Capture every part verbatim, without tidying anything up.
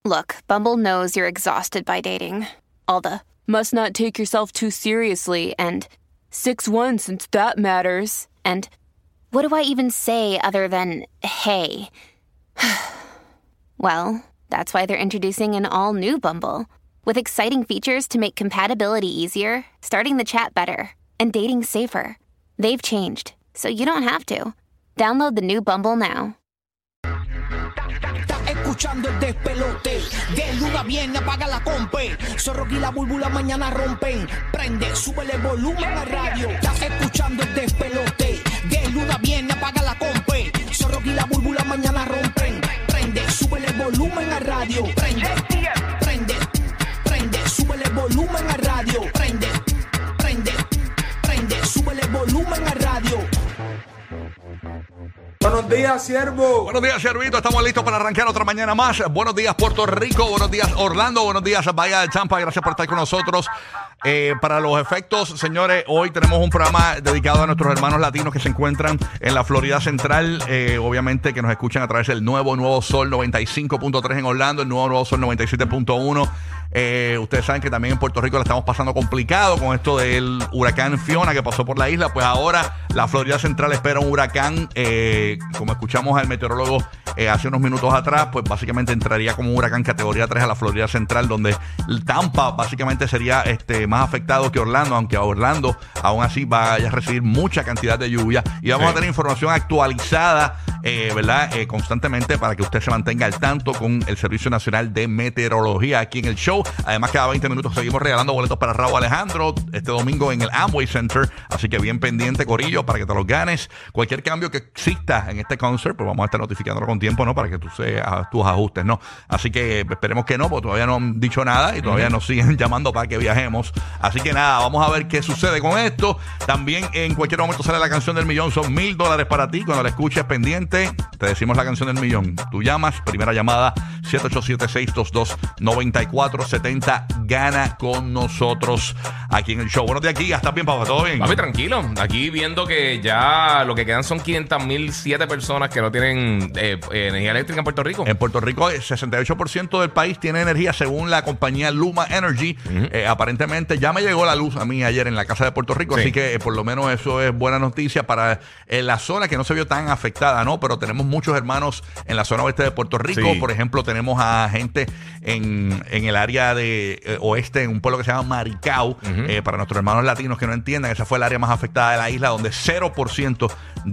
Look, Bumble knows you're exhausted by dating. All the must not take yourself too seriously and six one since that matters. And what do I even say other than hey? Well, that's why they're introducing an all-new Bumble with exciting features to make compatibility easier, starting the chat better, and dating safer. They've changed, so you don't have to. Download the new Bumble now. Escuchando el despelote, de luna a viernes apaga la compe. Zorro y la búlbula mañana rompen. Prende, sube el volumen a radio. Estás escuchando el despelote, de luna a viernes apaga la compe. Zorro y la búlbula mañana rompen. Prende, sube el volumen a radio. Prende, prende, prende, sube el volumen a radio. Prende, prende, prende, sube el volumen a radio. Buenos días, siervo. Buenos días, siervito. Estamos listos para arrancar otra mañana más. Buenos días, Puerto Rico. Buenos días, Orlando. Buenos días, Bahía de Tampa. Gracias por estar con nosotros. Eh, para los efectos, señores, hoy tenemos un programa dedicado a nuestros hermanos latinos que se encuentran en la Florida Central. Eh, obviamente que nos escuchan a través del nuevo Nuevo Sol noventa y cinco punto tres en Orlando, el nuevo Nuevo Sol noventa y siete punto uno. Eh, ustedes saben que también en Puerto Rico la estamos pasando complicado con esto del huracán Fiona que pasó por la isla. Pues ahora la Florida Central espera un huracán. Eh, como escuchamos al meteorólogo eh, hace unos minutos atrás, pues básicamente entraría como un huracán categoría tres a la Florida Central, donde Tampa básicamente sería este más afectado que Orlando, aunque a Orlando aún así vaya a recibir mucha cantidad de lluvia. Y vamos sí. a tener información actualizada, eh, ¿verdad? Eh, constantemente para que usted se mantenga al tanto con el Servicio Nacional de Meteorología aquí en el show. Además, cada veinte minutos seguimos regalando boletos para Raúl Alejandro este domingo en el Amway Center. Así que bien pendiente, corillo, para que te los ganes. Cualquier cambio que exista en este concert, pues vamos a estar notificándolo con tiempo, ¿no? Para que tú seas tus ajustes, ¿no? Así que esperemos que no, porque todavía no han dicho nada y todavía uh-huh. nos siguen llamando para que viajemos. Así que nada, vamos a ver qué sucede con esto. También en cualquier momento sale la canción del millón. Son mil dólares para ti. Cuando la escuches pendiente, te decimos la canción del millón. Tú llamas, primera llamada, siete ocho siete, seis dos dos, nueve cuatro siete cero. Gana con nosotros aquí en el show. Buenos días, aquí. ¿Estás bien, papá? ¿Todo bien? Papi, tranquilo. Aquí viendo que ya lo que quedan son quinientas mil siete personas que no tienen eh, energía eléctrica en Puerto Rico. En Puerto Rico, el sesenta y ocho por ciento del país tiene energía según la compañía Luma Energy. Uh-huh. Eh, aparentemente ya me llegó la luz a mí ayer en la casa de Puerto Rico, sí. así que eh, por lo menos eso es buena noticia para eh, la zona que no se vio tan afectada, ¿no? Pero tenemos muchos hermanos en la zona oeste de Puerto Rico. Sí. Por ejemplo, tenemos a gente en, en el área de eh, oeste, en un pueblo que se llama Maricao. Uh-huh. eh, para nuestros hermanos latinos que no entiendan, esa fue el área más afectada de la isla, donde cero por ciento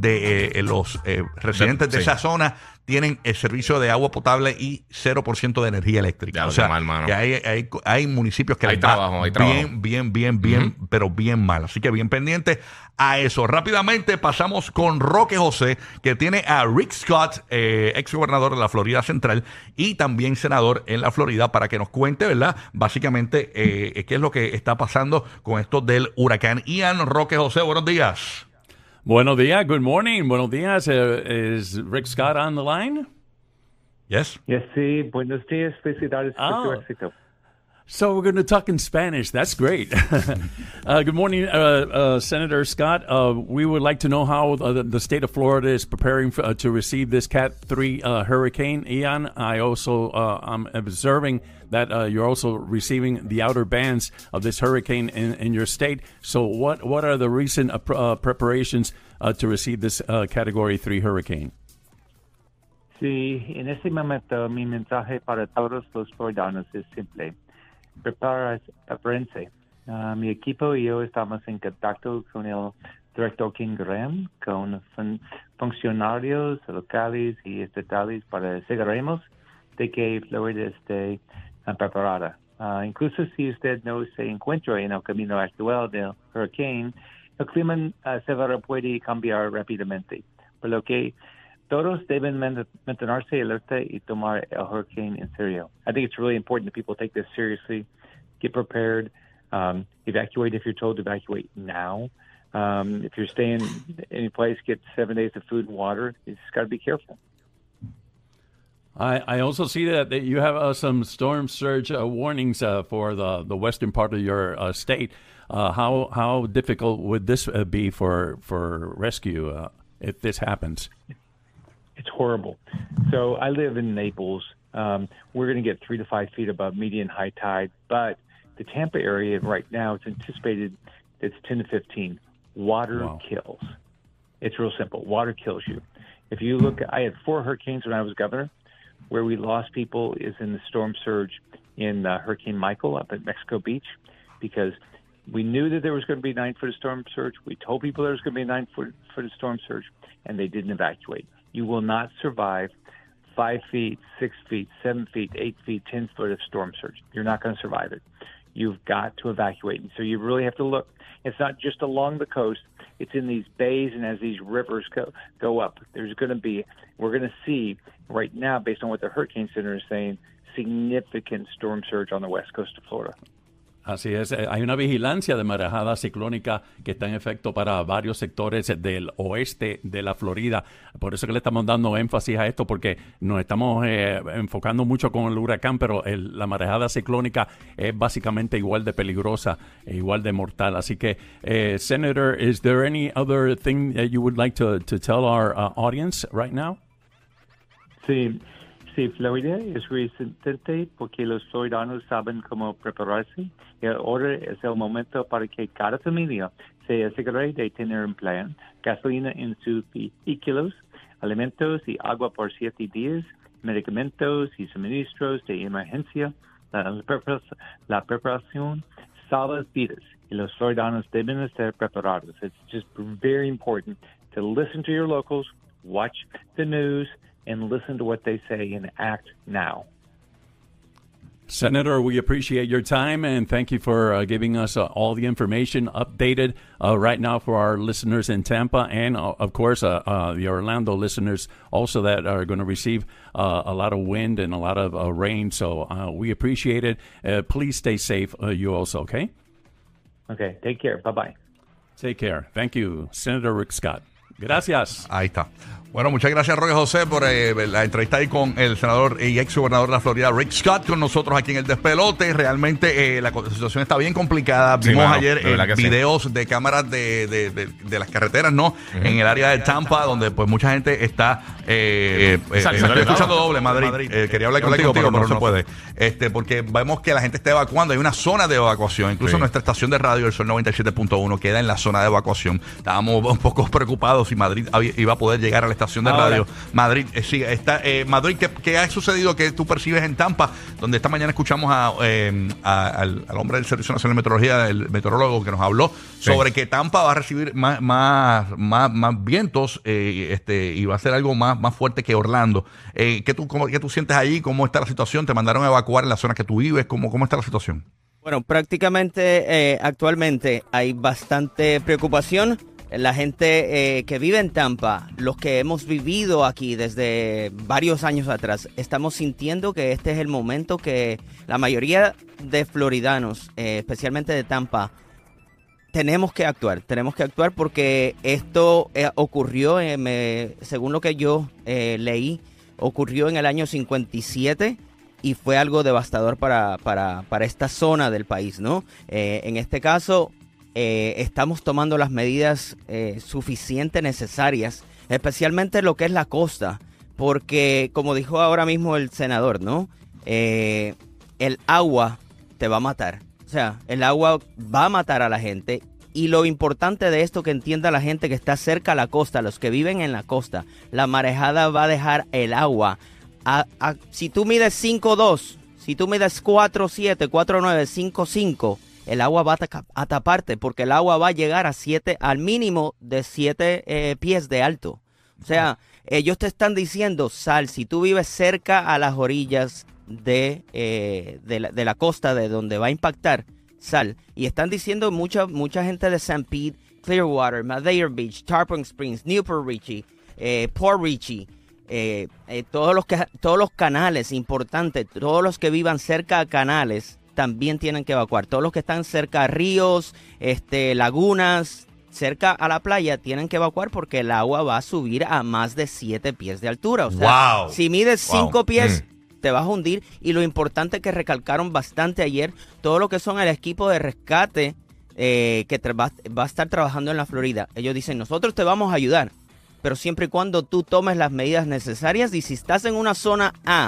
de eh, los eh, residentes de, de sí. esa zona tienen el servicio de agua potable y cero por ciento de energía eléctrica. Ya, o sea, mal, que hay, hay, hay municipios que hay les trabajo, va hay trabajo. bien, bien, bien, bien, uh-huh. pero bien mal. Así que bien pendiente a eso. Rápidamente pasamos con Roque José, que tiene a Rick Scott, eh, ex gobernador de la Florida Central y también senador en la Florida, para que nos cuente, ¿verdad? Básicamente, eh, qué es lo que está pasando con esto del huracán Ian. Roque José, buenos días. Buenos días, good morning. Buenos días. Uh, is Rick Scott on the line? Yes. Yes, sí. Buenos días. Felicidades oh. por tu éxito. So we're going to talk in Spanish. That's great. uh, good morning, uh, uh, Senator Scott. Uh, we would like to know how uh, the state of Florida is preparing for, uh, to receive this Cat three uh, Hurricane Ian. I also uh, I'm observing that uh, you're also receiving the outer bands of this hurricane in, in your state. So what, what are the recent uh, pr- uh, preparations uh, to receive this uh, Category three hurricane? Sí, en este momento mi mensaje para todos los floridanos es simple. Prepárense. Uh, mi equipo y yo estamos en contacto con el director King Graham, con fun- funcionarios locales y estatales para asegurarnos de que Florida esté uh, preparada. Uh, incluso si usted no se encuentra en el camino actual del hurricane, el clima uh, severo puede cambiar rápidamente, por lo que todos deben mantenerse alerta y tomar el hurricane en serio. I think it's really important that people take this seriously, get prepared, um, evacuate if you're told to evacuate now. Um, if you're staying in any place, get seven days of food and water. You just got to be careful. I, I also see that, that you have uh, some storm surge uh, warnings uh, for the, the western part of your uh, state. Uh, how how difficult would this uh, be for, for rescue uh, if this happens? It's horrible. So I live in Naples, Um, we're going to get three to five feet above median high tide, but the Tampa area right now, it's anticipated it's ten to fifteen. Water Wow. kills. It's real simple. Water kills you. If you look, I had four hurricanes when I was governor. Where we lost people is in the storm surge in uh, Hurricane Michael up at Mexico Beach, because we knew that there was going to be nine foot of storm surge. We told people there was going to be nine foot, foot of storm surge, and they didn't evacuate. You will not survive five feet, six feet, seven feet, eight feet, ten foot of storm surge. You're not going to survive it. You've got to evacuate. And so you really have to look. It's not just along the coast. It's in these bays, and as these rivers go, go up, there's going to be, we're going to see right now, based on what the Hurricane Center is saying, significant storm surge on the west coast of Florida. Así es, eh, hay una vigilancia de marejada ciclónica que está en efecto para varios sectores del oeste de la Florida. Por eso que le estamos dando énfasis a esto, porque nos estamos eh, enfocando mucho con el huracán, pero el, la marejada ciclónica es básicamente igual de peligrosa e igual de mortal. Así que, eh, Senator, is there any other thing that you would like to, to tell our uh, audience right now? Sí. Sí, Florida es resistente porque los floridanos saben cómo prepararse, y ahora es el momento para que cada familia se asegure de tener un plan, gasolina en sus vehículos, alimentos y agua por siete días, medicamentos y suministros de emergencia. La, la preparación salva vidas y los floridanos deben estar preparados. It's just very important to listen to your locals, watch the news, and listen to what they say and act now. Senator, we appreciate your time, and thank you for uh, giving us uh, all the information updated uh, right now for our listeners in Tampa and, uh, of course, uh, uh, the Orlando listeners also that are going to receive uh, a lot of wind and a lot of uh, rain. So uh, we appreciate it. Uh, please stay safe, uh, you also, okay? Okay, take care. Bye-bye. Take care. Thank you, Senator Rick Scott. Gracias. Ahí está. Bueno, muchas gracias, Roque José, por eh, la entrevista ahí con el senador y ex gobernador de la Florida, Rick Scott, con nosotros aquí en el Despelote. Realmente eh, la situación está bien complicada. Sí, Vimos mano, ayer de eh, sí. videos de cámaras de, de, de, de las carreteras, ¿no? Uh-huh. En el área de Tampa, donde pues mucha gente está... Eh, eh, eh, Saliendo estoy escuchando lado. doble, Madrid. Madrid. Eh, quería hablar contigo, contigo, pero no se puede. Este, porque vemos que la gente está evacuando. Hay una zona de evacuación. Incluso sí. Nuestra estación de radio, el Sol noventa y siete punto uno, queda en la zona de evacuación. Estábamos un poco preocupados si Madrid había, iba a poder llegar a la estación de Ahora. radio. Madrid, eh, sí, está, eh, Madrid, ¿qué, ¿qué ha sucedido que tú percibes en Tampa? Donde esta mañana escuchamos a, eh, a, al, al hombre del Servicio Nacional de Meteorología, el meteorólogo que nos habló sí. sobre que Tampa va a recibir más, más, más, más vientos eh, este, y va a ser algo más, más fuerte que Orlando. Eh, ¿qué, tú, cómo, ¿Qué tú sientes allí? ¿Cómo está la situación? ¿Te mandaron a evacuar en la zona que tú vives? ¿Cómo, cómo está la situación? Bueno, prácticamente eh, actualmente hay bastante preocupación. La gente eh, que vive en Tampa, los que hemos vivido aquí desde varios años atrás, estamos sintiendo que este es el momento que la mayoría de floridanos, eh, especialmente de Tampa, tenemos que actuar. Tenemos que actuar porque esto eh, ocurrió, eh, me, según lo que yo eh, leí, ocurrió en el año cincuenta y siete y fue algo devastador para, para, para esta zona del país, ¿no? Eh, en este caso... Eh, estamos tomando las medidas eh, suficientes necesarias, especialmente lo que es la costa, porque como dijo ahora mismo el senador, ¿no? Eh, el agua te va a matar, o sea, el agua va a matar a la gente, y lo importante de esto que entienda la gente que está cerca a la costa, los que viven en la costa, la marejada va a dejar el agua, a, a, si tú mides cinco dos, si tú mides cuatro siete, cuatro nueve, cinco cinco, el agua va a taparte porque el agua va a llegar a siete, al mínimo de siete eh, pies de alto. O sea, ellos te están diciendo, sal, si tú vives cerca a las orillas de, eh, de, la, de la costa de donde va a impactar, sal. Y están diciendo mucha, mucha gente de Saint Pete, Clearwater, Madeira Beach, Tarpon Springs, Newport Richie, eh, Port Richie, eh, eh, todos, los que, todos los canales importantes, todos los que vivan cerca a canales, también tienen que evacuar. Todos los que están cerca a ríos, este, lagunas, cerca a la playa, tienen que evacuar porque el agua va a subir a más de siete pies de altura. O sea, wow. si mides wow. cinco pies, mm. te vas a hundir. Y lo importante que recalcaron bastante ayer, todo lo que son el equipo de rescate eh, que va, va a estar trabajando en la Florida. Ellos dicen, nosotros te vamos a ayudar, pero siempre y cuando tú tomes las medidas necesarias. Y si estás en una zona A,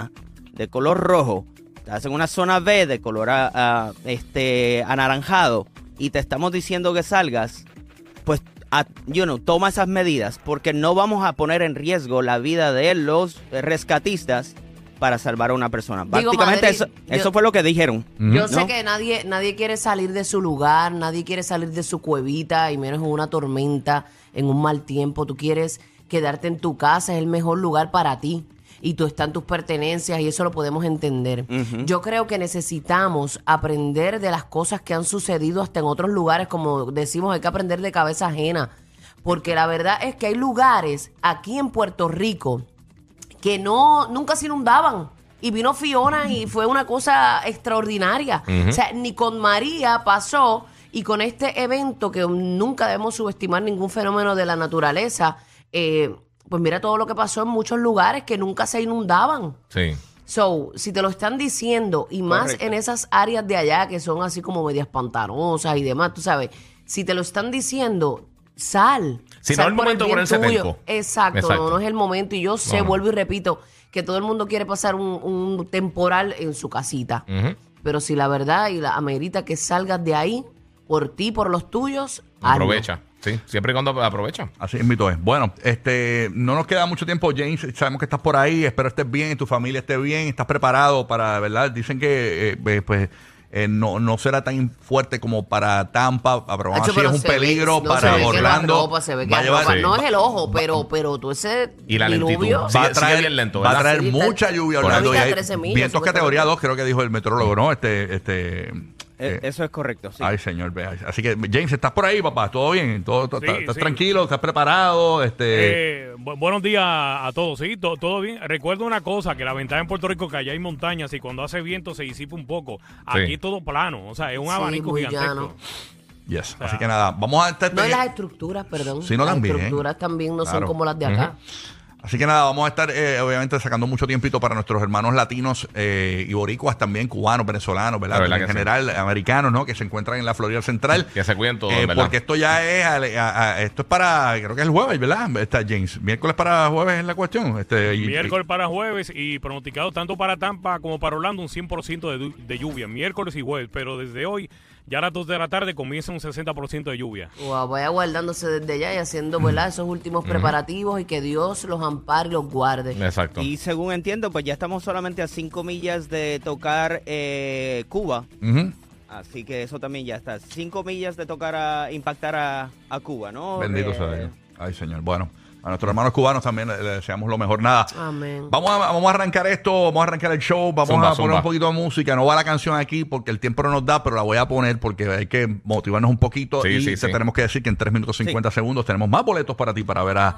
de color rojo, estás en una zona B de color a, a, este, anaranjado y te estamos diciendo que salgas, pues, a, you know, toma esas medidas porque no vamos a poner en riesgo la vida de los rescatistas para salvar a una persona. Digo, Prácticamente Madrid, eso, yo, eso fue lo que dijeron. Yo ¿no? sé que nadie, nadie quiere salir de su lugar, nadie quiere salir de su cuevita, y menos en una tormenta, en un mal tiempo. Tú quieres quedarte en tu casa, es el mejor lugar para ti. Y tú estás en tus pertenencias y eso lo podemos entender. Uh-huh. Yo creo que necesitamos aprender de las cosas que han sucedido hasta en otros lugares. Como decimos, hay que aprender de cabeza ajena. Porque la verdad es que hay lugares aquí en Puerto Rico que no nunca se inundaban. Y vino Fiona y fue una cosa extraordinaria. Uh-huh. O sea, ni con María pasó, y con este evento, que nunca debemos subestimar ningún fenómeno de la naturaleza, eh, pues mira todo lo que pasó en muchos lugares que nunca se inundaban. Sí. So, si te lo están diciendo, y más Correcto. En esas áreas de allá que son así como medias pantanosas y demás, tú sabes, si te lo están diciendo, sal. Si sal no es el momento de ponerse terco. Exacto, Exacto. No, no es el momento. Y yo sé, no. vuelvo y repito, que todo el mundo quiere pasar un, un temporal en su casita. Uh-huh. Pero si la verdad y la amerita que salgas de ahí, por ti, por los tuyos, aprovecha. Hazlo. Sí, siempre y cuando aprovecha. Así es, mito es. Bueno, este, no nos queda mucho tiempo, James. Sabemos que estás por ahí. Espero estés bien, tu familia esté bien. Estás preparado para, ¿verdad? Dicen que, eh, pues... Eh, no, no será tan fuerte como para Tampa, pero aún así es un peligro ve, no para Orlando. Ropa, se ve que va a llevar, sí. No es el ojo, pero, pero tú ese y la diluvio lentitud va a traer, bien lento, va a traer sí, mucha está, lluvia a Orlando. Y hay vientos categoría dos, creo que dijo el meteorólogo, ¿no? Este, este. Eh, Eso es correcto, sí. Ay, señor. Así que, James, ¿estás por ahí, papá? ¿Todo bien? ¿Todo, todo, sí, ¿Estás sí. tranquilo? ¿Estás preparado? Este... Eh, bu- buenos días a todos. Sí, to- todo bien. Recuerdo una cosa, que la ventaja en Puerto Rico es que allá hay montañas y cuando hace viento se disipa un poco. Aquí sí. todo plano. O sea, es un sí, abanico gigantesco. Llano. Yes. O sea, así que nada, vamos a estar... No, y las estructuras, perdón. Sí, no, las también. estructuras también no claro. son como las de acá. Uh-huh. Así que nada, vamos a estar eh, obviamente sacando mucho tiempito para nuestros hermanos latinos eh, y boricuas también, cubanos, venezolanos, ¿verdad? En general, sí. americanos, ¿no? Que se encuentran en la Florida Central. Que se cuiden todos, eh, ¿verdad? Porque esto ya es, a, a, a, esto es para, creo que es el jueves, ¿verdad? Está James. Miércoles para jueves es la cuestión. Este, y, Miércoles para jueves y pronosticado tanto para Tampa como para Orlando un cien por ciento de, de lluvia. Miércoles y jueves, pero desde hoy... Ya a las dos de la tarde comienza un sesenta por ciento de lluvia. Wow, vaya guardándose desde allá y haciendo ¿verdad? esos últimos uh-huh. preparativos y que Dios los ampare y los guarde. Exacto. Y según entiendo, pues ya estamos solamente a cinco millas de tocar eh, Cuba. Uh-huh. Así que eso también ya está. Cinco millas de tocar a impactar a, a Cuba, ¿no? Bendito eh, sea Dios. Ay, señor. Bueno. A nuestros hermanos cubanos también le, le deseamos lo mejor. Nada. Amén. Vamos a, vamos a arrancar esto, vamos a arrancar el show, vamos zumba, a poner zumba. un poquito de música. No va la canción aquí porque el tiempo no nos da, pero la voy a poner porque hay que motivarnos un poquito. Sí, y sí, te sí. tenemos que decir que en tres minutos cincuenta sí. segundos tenemos más boletos para ti para ver a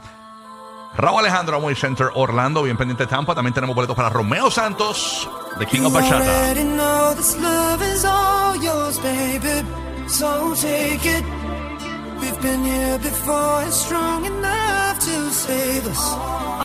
Raúl Alejandro Amway Center Orlando, bien pendiente de Tampa. También tenemos boletos para Romeo Santos, The King of Bachata. We've been here before, it's strong enough to save us.